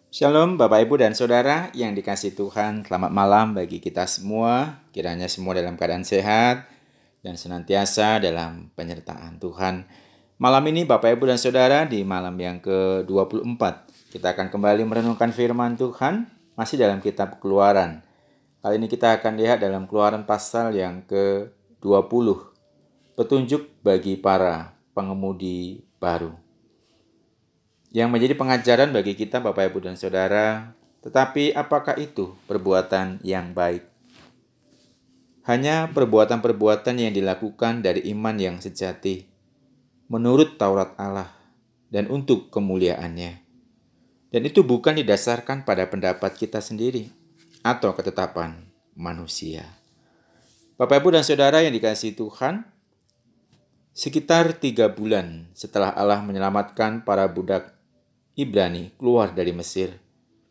Shalom Bapak Ibu dan Saudara yang dikasihi Tuhan. Selamat malam bagi kita semua. Kiranya semua dalam keadaan sehat dan senantiasa dalam penyertaan Tuhan. Malam ini Bapak Ibu dan Saudara, di malam yang ke-24 kita akan kembali merenungkan firman Tuhan masih dalam kitab Keluaran. Kali ini kita akan lihat dalam Keluaran pasal yang ke-20. Petunjuk bagi para pengemudi baru. Yang menjadi pengajaran bagi kita Bapak Ibu dan Saudara, tetapi apakah itu perbuatan yang baik? Hanya perbuatan-perbuatan yang dilakukan dari iman yang sejati, menurut Taurat Allah, dan untuk kemuliaannya. Dan itu bukan didasarkan pada pendapat kita sendiri, atau ketetapan manusia. Bapak Ibu dan Saudara yang dikasihi Tuhan, sekitar 3 bulan setelah Allah menyelamatkan para budak Ibrani keluar dari Mesir,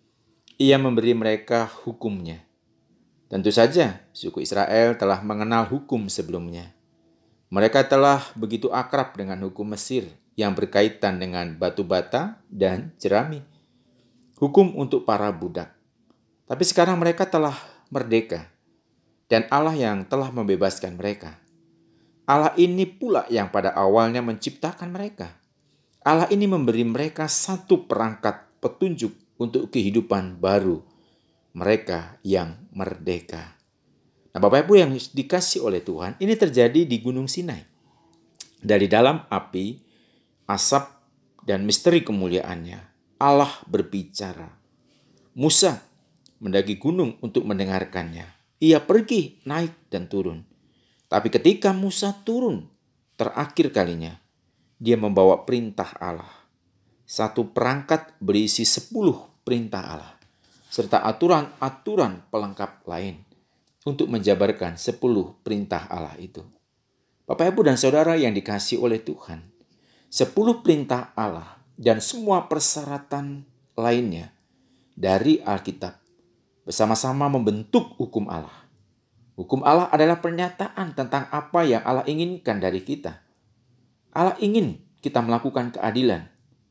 Ia memberi mereka hukumnya. Tentu saja, suku Israel telah mengenal hukum sebelumnya. Mereka telah begitu akrab dengan hukum Mesir yang berkaitan dengan batu bata dan jerami. Hukum untuk para budak. Tapi sekarang mereka telah merdeka, dan Allah yang telah membebaskan mereka. Allah ini pula yang pada awalnya menciptakan mereka. Allah ini memberi mereka satu perangkat petunjuk untuk kehidupan baru. Mereka yang merdeka. Nah, Bapak Ibu yang dikasih oleh Tuhan, ini terjadi di Gunung Sinai. Dari dalam api, asap, dan misteri kemuliaannya, Allah berbicara. Musa mendaki gunung untuk mendengarkannya. Ia pergi, naik, dan turun. Tapi ketika Musa turun, terakhir kalinya, dia membawa perintah Allah. Satu perangkat berisi 10 perintah Allah, serta aturan-aturan pelengkap lain untuk menjabarkan 10 perintah Allah itu. Bapak, Ibu, dan Saudara yang dikasihi oleh Tuhan, 10 perintah Allah dan semua persyaratan lainnya dari Alkitab bersama-sama membentuk hukum Allah. Hukum Allah adalah pernyataan tentang apa yang Allah inginkan dari kita. Allah ingin kita melakukan keadilan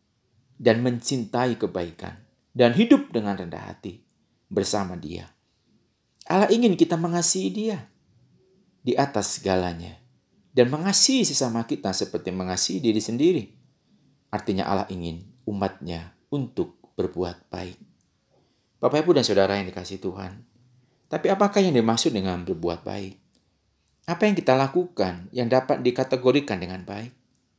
dan mencintai kebaikan dan hidup dengan rendah hati bersama Dia. Allah ingin kita mengasihi Dia di atas segalanya dan mengasihi sesama kita seperti mengasihi diri sendiri. Artinya Allah ingin umatnya untuk berbuat baik. Bapak, Ibu, dan Saudara yang dikasihi Tuhan, tapi apakah yang dimaksud dengan berbuat baik? Apa yang kita lakukan yang dapat dikategorikan dengan baik?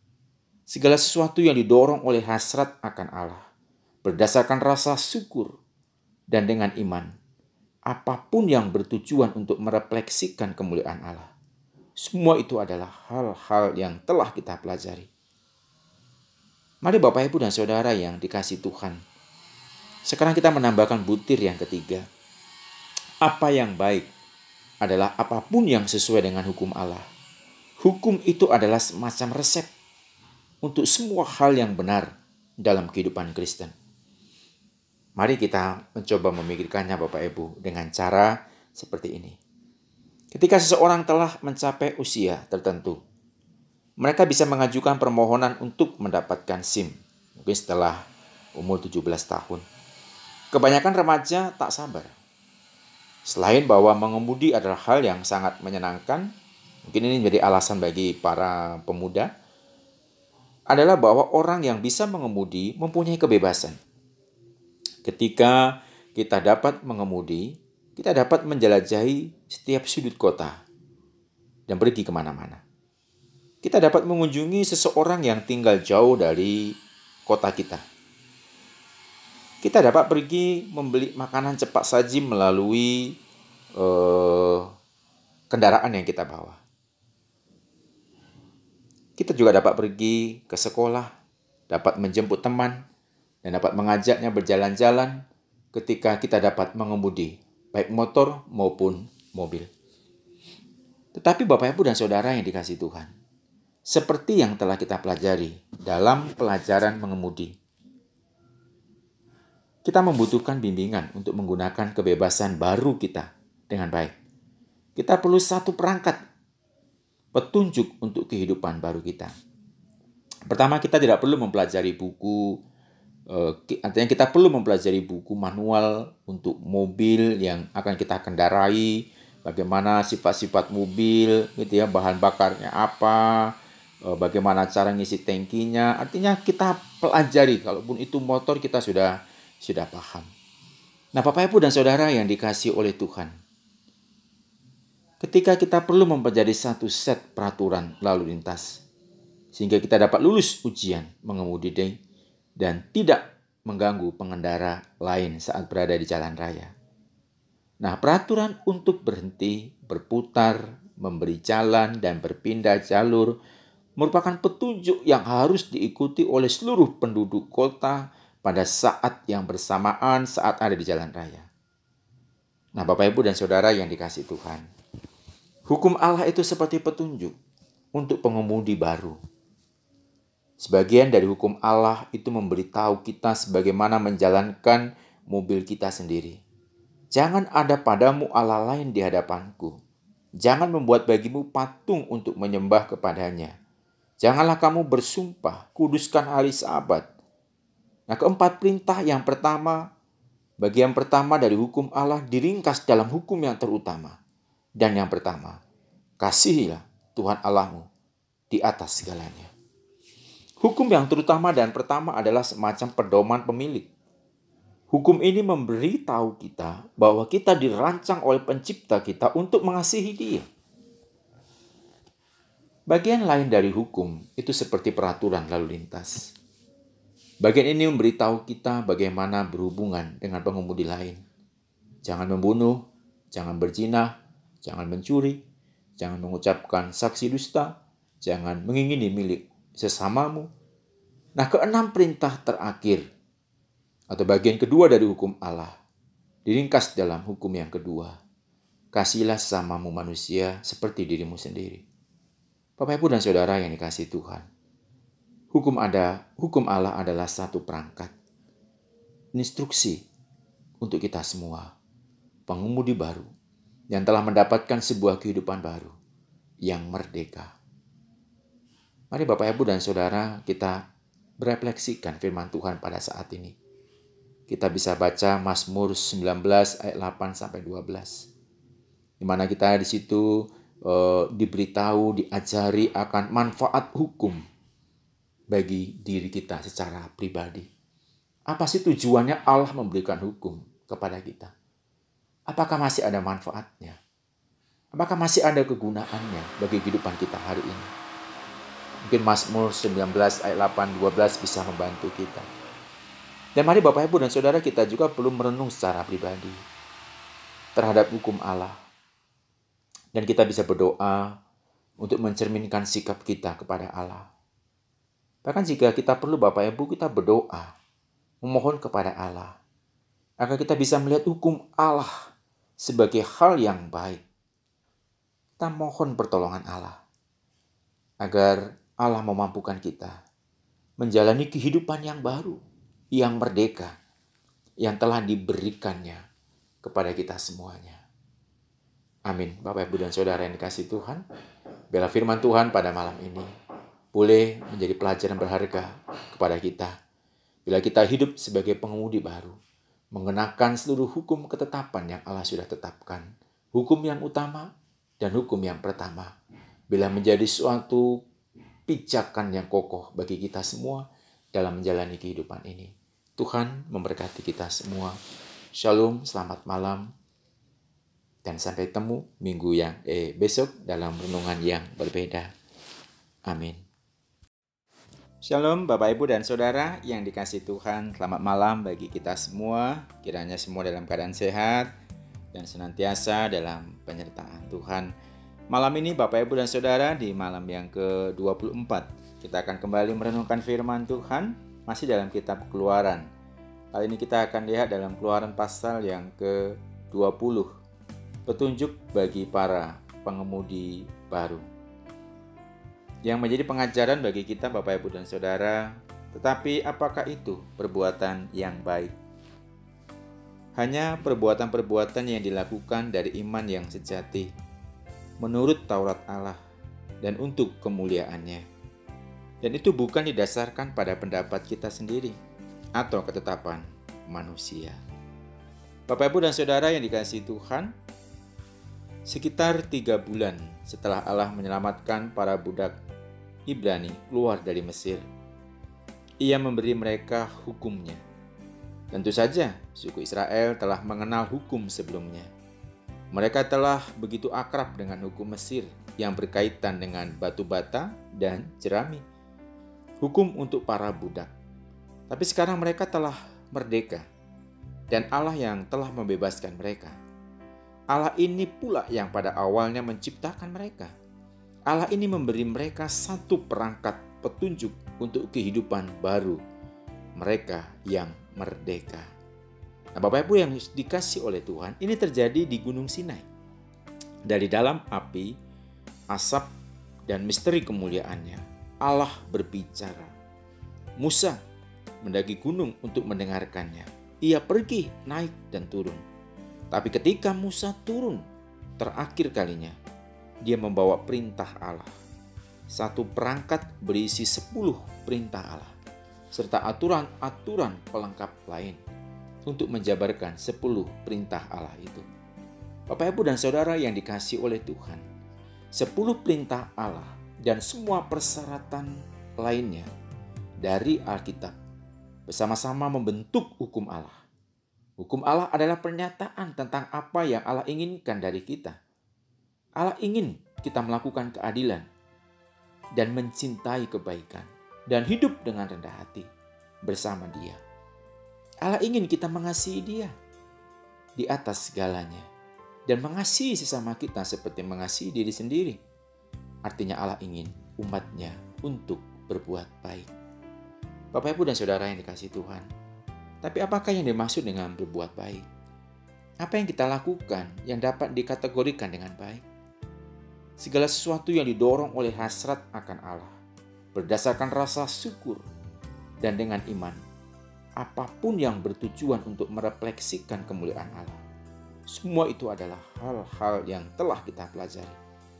Segala sesuatu yang didorong oleh hasrat akan Allah, berdasarkan rasa syukur dan dengan iman, apapun yang bertujuan untuk merefleksikan kemuliaan Allah. Semua itu adalah hal-hal yang telah kita pelajari. Mari Bapak, Ibu, dan Saudara yang dikasihi Tuhan, sekarang kita menambahkan butir yang ketiga. Apa yang baik adalah apapun yang sesuai dengan hukum Allah. Hukum itu adalah semacam resep untuk semua hal yang benar dalam kehidupan Kristen. Mari kita mencoba memikirkannya Bapak Ibu dengan cara seperti ini. Ketika seseorang telah mencapai usia tertentu, mereka bisa mengajukan permohonan untuk mendapatkan SIM, mungkin setelah umur 17 tahun. Kebanyakan remaja tak sabar. Selain bahwa mengemudi adalah hal yang sangat menyenangkan, mungkin ini menjadi alasan bagi para pemuda, adalah bahwa orang yang bisa mengemudi mempunyai kebebasan. Ketika kita dapat mengemudi, kita dapat menjelajahi setiap sudut kota dan pergi kemana-mana. Kita dapat mengunjungi seseorang yang tinggal jauh dari kota kita. Kita dapat pergi membeli makanan cepat saji melalui kendaraan yang kita bawa. Kita juga dapat pergi ke sekolah, dapat menjemput teman, dan dapat mengajaknya berjalan-jalan ketika kita dapat mengemudi, baik motor maupun mobil. Tetapi Bapak, Ibu, dan Saudara yang dikasihi Tuhan, seperti yang telah kita pelajari dalam pelajaran mengemudi, kita membutuhkan bimbingan untuk menggunakan kebebasan baru kita dengan baik. Kita perlu satu perangkat petunjuk untuk kehidupan baru kita. Pertama, kita tidak perlu mempelajari buku Artinya kita perlu mempelajari buku manual untuk mobil yang akan kita kendarai, bagaimana sifat-sifat mobil, gitu ya, bahan bakarnya apa, bagaimana cara ngisi tangkinya. Artinya kita pelajari, kalaupun itu motor kita sudah paham. Nah, Bapak Ibu dan Saudara yang dikasihi oleh Tuhan, ketika kita perlu mempelajari satu set peraturan lalu lintas, sehingga kita dapat lulus ujian mengemudi dan tidak mengganggu pengendara lain saat berada di jalan raya. Nah, peraturan untuk berhenti, berputar, memberi jalan, dan berpindah jalur merupakan petunjuk yang harus diikuti oleh seluruh penduduk kota pada saat yang bersamaan saat ada di jalan raya. Nah, Bapak, Ibu, dan Saudara yang dikasihi Tuhan, hukum Allah itu seperti petunjuk untuk pengemudi baru. Sebagian dari hukum Allah itu memberitahu kita sebagaimana menjalankan mobil kita sendiri. Jangan ada padamu Allah lain di hadapanku. Jangan membuat bagimu patung untuk menyembah kepadanya. Janganlah kamu bersumpah, kuduskan hari Sabat. Nah, keempat perintah yang pertama, bagian pertama dari hukum Allah diringkas dalam hukum yang terutama. Dan yang pertama, kasihilah Tuhan Allahmu di atas segalanya. Hukum yang terutama dan pertama adalah semacam pedoman pemilik. Hukum ini memberitahu kita bahwa kita dirancang oleh pencipta kita untuk mengasihi Dia. Bagian lain dari hukum itu seperti peraturan lalu lintas. Bagian ini memberitahu kita bagaimana berhubungan dengan pengemudi lain. Jangan membunuh, jangan berzina, jangan mencuri, jangan mengucapkan saksi dusta, jangan mengingini milik sesamamu. Nah, keenam perintah terakhir atau bagian kedua dari hukum Allah diringkas dalam hukum yang kedua. Kasihilah sesamamu manusia seperti dirimu sendiri. Bapak, Ibu, dan Saudara yang dikasihi Tuhan, hukum Allah adalah satu perangkat, instruksi untuk kita semua, pengemudi baru yang telah mendapatkan sebuah kehidupan baru yang merdeka. Mari Bapak, Ibu, dan Saudara kita berefleksikan firman Tuhan pada saat ini. Kita bisa baca Mazmur 19 ayat 8 sampai 12. Di mana kita di situ diberitahu, diajari akan manfaat hukum bagi diri kita secara pribadi. Apa sih tujuannya Allah memberikan hukum kepada kita? Apakah masih ada manfaatnya? Apakah masih ada kegunaannya bagi kehidupan kita hari ini? Mungkin Mazmur 19 ayat 8-12 bisa membantu kita. Dan mari Bapak, Ibu, dan Saudara kita juga perlu merenung secara pribadi terhadap hukum Allah. Dan kita bisa berdoa untuk mencerminkan sikap kita kepada Allah. Bahkan jika kita perlu Bapak, Ibu, kita berdoa, memohon kepada Allah, agar kita bisa melihat hukum Allah sebagai hal yang baik. Kita mohon pertolongan Allah, agar Allah memampukan kita menjalani kehidupan yang baru, yang merdeka, yang telah diberikannya kepada kita semuanya. Amin. Bapak, Ibu, dan Saudara yang dikasihi Tuhan, biarlah firman Tuhan pada malam ini boleh menjadi pelajaran berharga kepada kita. Bila kita hidup sebagai pengemudi baru, mengenakan seluruh hukum ketetapan yang Allah sudah tetapkan. Hukum yang utama dan hukum yang pertama. Bila menjadi suatu pijakan yang kokoh bagi kita semua dalam menjalani kehidupan ini. Tuhan memberkati kita semua. Shalom, selamat malam. Dan sampai ketemu minggu yang besok dalam renungan yang berbeda. Amin. Shalom Bapak, Ibu, dan Saudara yang dikasihi Tuhan. Selamat malam bagi kita semua. Kiranya semua dalam keadaan sehat dan senantiasa dalam penyertaan Tuhan. Malam ini Bapak, Ibu, dan Saudara, di malam yang ke-24 kita akan kembali merenungkan firman Tuhan masih dalam kitab Keluaran. Kali ini kita akan lihat dalam Keluaran pasal yang ke-20, petunjuk bagi para pengemudi baru. Yang menjadi pengajaran bagi kita Bapak, Ibu, dan Saudara, tetapi apakah itu perbuatan yang baik? Hanya perbuatan-perbuatan yang dilakukan dari iman yang sejati, menurut Taurat Allah dan untuk kemuliaannya. Dan itu bukan didasarkan pada pendapat kita sendiri, atau ketetapan manusia. Bapak, Ibu, dan Saudara yang dikasihi Tuhan, sekitar 3 bulan setelah Allah menyelamatkan para budak Ibrani keluar dari Mesir, Ia memberi mereka hukumnya. Tentu saja, suku Israel telah mengenal hukum sebelumnya. Mereka telah begitu akrab dengan hukum Mesir yang berkaitan dengan batu bata dan jerami, hukum untuk para budak. Tapi sekarang mereka telah merdeka, dan Allah yang telah membebaskan mereka. Allah ini pula yang pada awalnya menciptakan mereka. Allah ini memberi mereka satu perangkat petunjuk untuk kehidupan baru mereka yang merdeka. Nah, Bapak Ibu yang dikasih oleh Tuhan, ini terjadi di Gunung Sinai. Dari dalam api, asap, dan misteri kemuliaannya, Allah berbicara. Musa mendaki gunung untuk mendengarkannya. Ia pergi, naik, dan turun. Tapi ketika Musa turun terakhir kalinya, dia membawa perintah Allah. Satu perangkat berisi 10 perintah Allah, serta aturan-aturan pelengkap lain untuk menjabarkan 10 perintah Allah itu. Bapak, Ibu, dan Saudara yang dikasihi oleh Tuhan, 10 perintah Allah dan semua persyaratan lainnya dari Alkitab bersama-sama membentuk hukum Allah. Hukum Allah adalah pernyataan tentang apa yang Allah inginkan dari kita. Allah ingin kita melakukan keadilan dan mencintai kebaikan dan hidup dengan rendah hati bersama Dia. Allah ingin kita mengasihi Dia di atas segalanya dan mengasihi sesama kita seperti mengasihi diri sendiri. Artinya Allah ingin umatnya untuk berbuat baik. Bapak, Ibu, dan Saudara yang dikasihi Tuhan, tapi apakah yang dimaksud dengan berbuat baik? Apa yang kita lakukan yang dapat dikategorikan dengan baik? Segala sesuatu yang didorong oleh hasrat akan Allah, berdasarkan rasa syukur dan dengan iman, apapun yang bertujuan untuk merefleksikan kemuliaan Allah. Semua itu adalah hal-hal yang telah kita pelajari.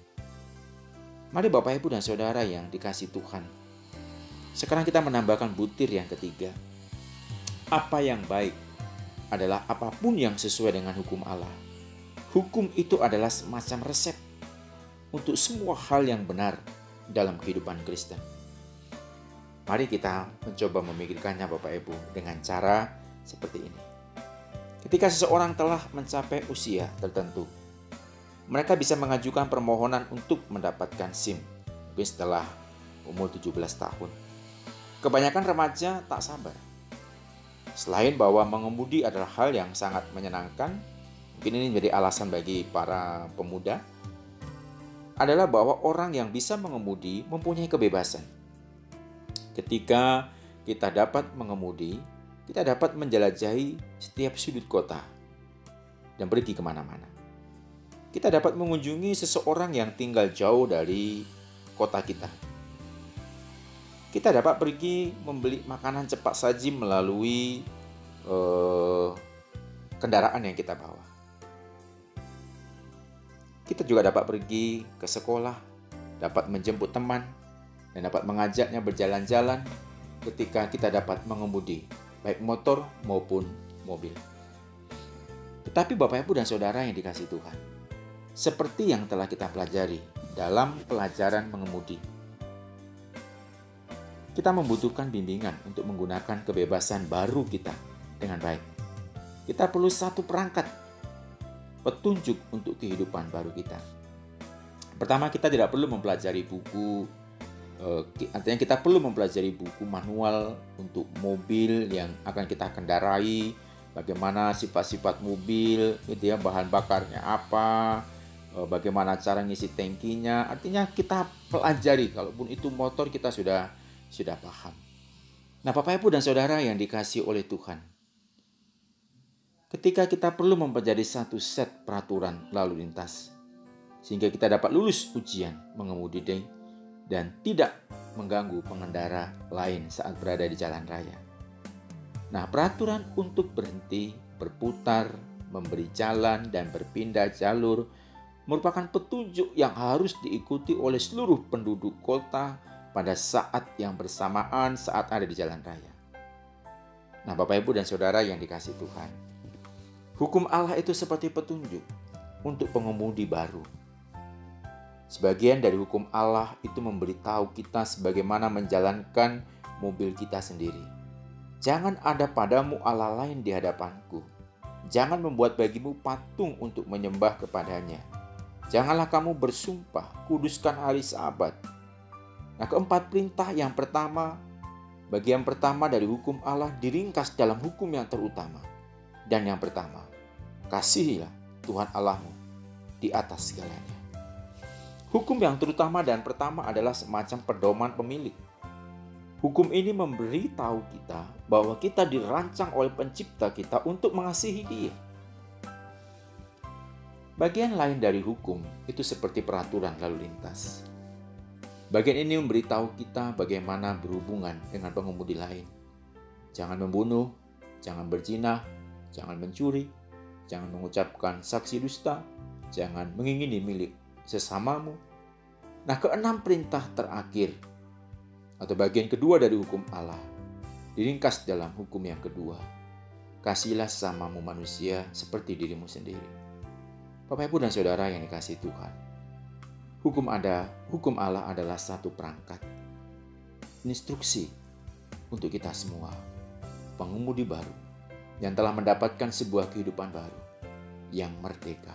Mari Bapak, Ibu, dan Saudara yang dikasihi Tuhan, sekarang kita menambahkan butir yang ketiga. Apa yang baik adalah apapun yang sesuai dengan hukum Allah. Hukum itu adalah semacam resep untuk semua hal yang benar dalam kehidupan Kristen. Mari kita mencoba memikirkannya Bapak, Ibu, dengan cara seperti ini. Ketika seseorang telah mencapai usia tertentu, mereka bisa mengajukan permohonan untuk mendapatkan SIM, mungkin setelah umur 17 tahun. Kebanyakan remaja tak sabar. Selain bahwa mengemudi adalah hal yang sangat menyenangkan, mungkin ini menjadi alasan bagi para pemuda, adalah bahwa orang yang bisa mengemudi mempunyai kebebasan. Ketika kita dapat mengemudi, kita dapat menjelajahi setiap sudut kota dan pergi kemana-mana. Kita dapat mengunjungi seseorang yang tinggal jauh dari kota kita. Kita dapat pergi membeli makanan cepat saji melalui kendaraan yang kita bawa. Kita juga dapat pergi ke sekolah, dapat menjemput teman, dan dapat mengajaknya berjalan-jalan ketika kita dapat mengemudi, baik motor maupun mobil. Tetapi Bapak, Ibu, dan Saudara yang dikasihi Tuhan, seperti yang telah kita pelajari dalam pelajaran mengemudi, kita membutuhkan bimbingan untuk menggunakan kebebasan baru kita dengan baik. Kita perlu satu perangkat petunjuk untuk kehidupan baru kita. Pertama, kita tidak perlu mempelajari buku, artinya kita perlu mempelajari buku manual untuk mobil yang akan kita kendarai, bagaimana sifat-sifat mobil, gitu ya, bahan bakarnya apa, bagaimana cara ngisi tangkinya. Artinya kita pelajari, kalaupun itu motor kita sudah paham. Nah, Bapak, Ibu, dan Saudara yang dikasihi oleh Tuhan, ketika kita perlu mempelajari satu set peraturan lalu lintas, sehingga kita dapat lulus ujian mengemudi dan tidak mengganggu pengendara lain saat berada di jalan raya. Nah, peraturan untuk berhenti, berputar, memberi jalan, dan berpindah jalur merupakan petunjuk yang harus diikuti oleh seluruh penduduk kota pada saat yang bersamaan saat ada di jalan raya. Nah, Bapak, Ibu, dan Saudara yang dikasihi Tuhan, hukum Allah itu seperti petunjuk untuk pengemudi baru. Sebagian dari hukum Allah itu memberitahu kita sebagaimana menjalankan mobil kita sendiri. Jangan ada padamu Allah lain di hadapanku. Jangan membuat bagimu patung untuk menyembah kepadanya. Janganlah kamu bersumpah, kuduskan hari Sabat. Nah, keempat perintah yang pertama, bagian pertama dari hukum Allah diringkas dalam hukum yang terutama. Dan yang pertama, kasihilah Tuhan Allahmu di atas segalanya. Hukum yang terutama dan pertama adalah semacam pedoman pemilik. Hukum ini memberitahu kita bahwa kita dirancang oleh pencipta kita untuk mengasihi Dia. Bagian lain dari hukum itu seperti peraturan lalu lintas. Bagian ini memberitahu kita bagaimana berhubungan dengan pengemudi lain. Jangan membunuh, jangan berzina, jangan mencuri, jangan mengucapkan saksi dusta, jangan mengingini milik sesamamu. Nah, keenam perintah terakhir atau bagian kedua dari hukum Allah diringkas dalam hukum yang kedua. Kasihilah sesamamu manusia seperti dirimu sendiri. Bapak, Ibu, dan Saudara yang dikasihi Tuhan, hukum Allah adalah satu perangkat, instruksi untuk kita semua, pengemudi baru yang telah mendapatkan sebuah kehidupan baru yang merdeka.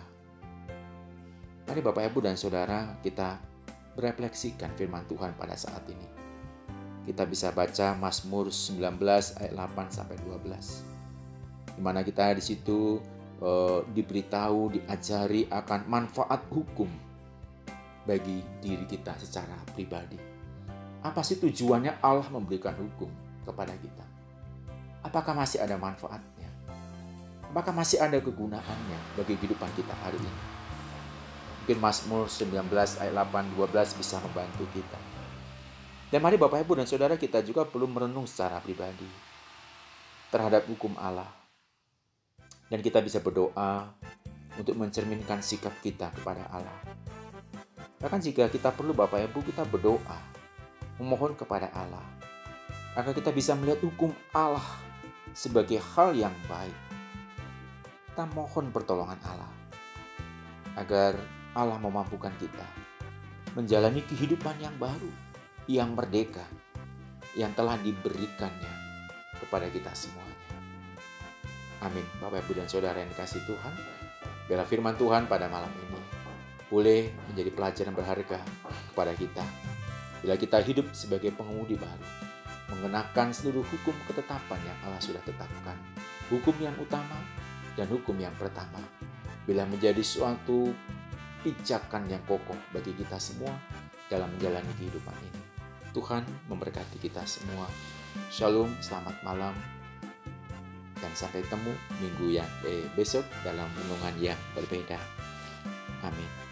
Mari Bapak, Ibu, dan Saudara, kita berefleksikan firman Tuhan pada saat ini. Kita bisa baca Mazmur 19 ayat 8 sampai 12. Di mana kita di situ diberitahu, diajari akan manfaat hukum bagi diri kita secara pribadi. Apa sih tujuannya Allah memberikan hukum kepada kita? Apakah masih ada manfaatnya? Apakah masih ada kegunaannya bagi kehidupan kita hari ini? Mungkin Mazmur 19 ayat 8, 12 bisa membantu kita. Dan mari Bapak, Ibu, dan Saudara, kita juga perlu merenung secara pribadi terhadap hukum Allah. Dan kita bisa berdoa untuk mencerminkan sikap kita kepada Allah. Bahkan jika kita perlu Bapak, Ibu, kita berdoa, memohon kepada Allah, agar kita bisa melihat hukum Allah sebagai hal yang baik. Kita mohon pertolongan Allah, agar Allah memampukan kita menjalani kehidupan yang baru, yang merdeka, yang telah diberikannya kepada kita semuanya. Amin. Bapak, Ibu, dan Saudara yang dikasihi Tuhan, biarlah firman Tuhan pada malam ini boleh menjadi pelajaran berharga kepada kita. Bila kita hidup sebagai pengemudi baru, mengenakan seluruh hukum ketetapan yang Allah sudah tetapkan, hukum yang utama dan hukum yang pertama, bila menjadi suatu pijakan yang kokoh bagi kita semua dalam menjalani kehidupan ini. Tuhan memberkati kita semua. Shalom, selamat malam, dan sampai ketemu minggu yang besok dalam renungan yang berbeda. Amin.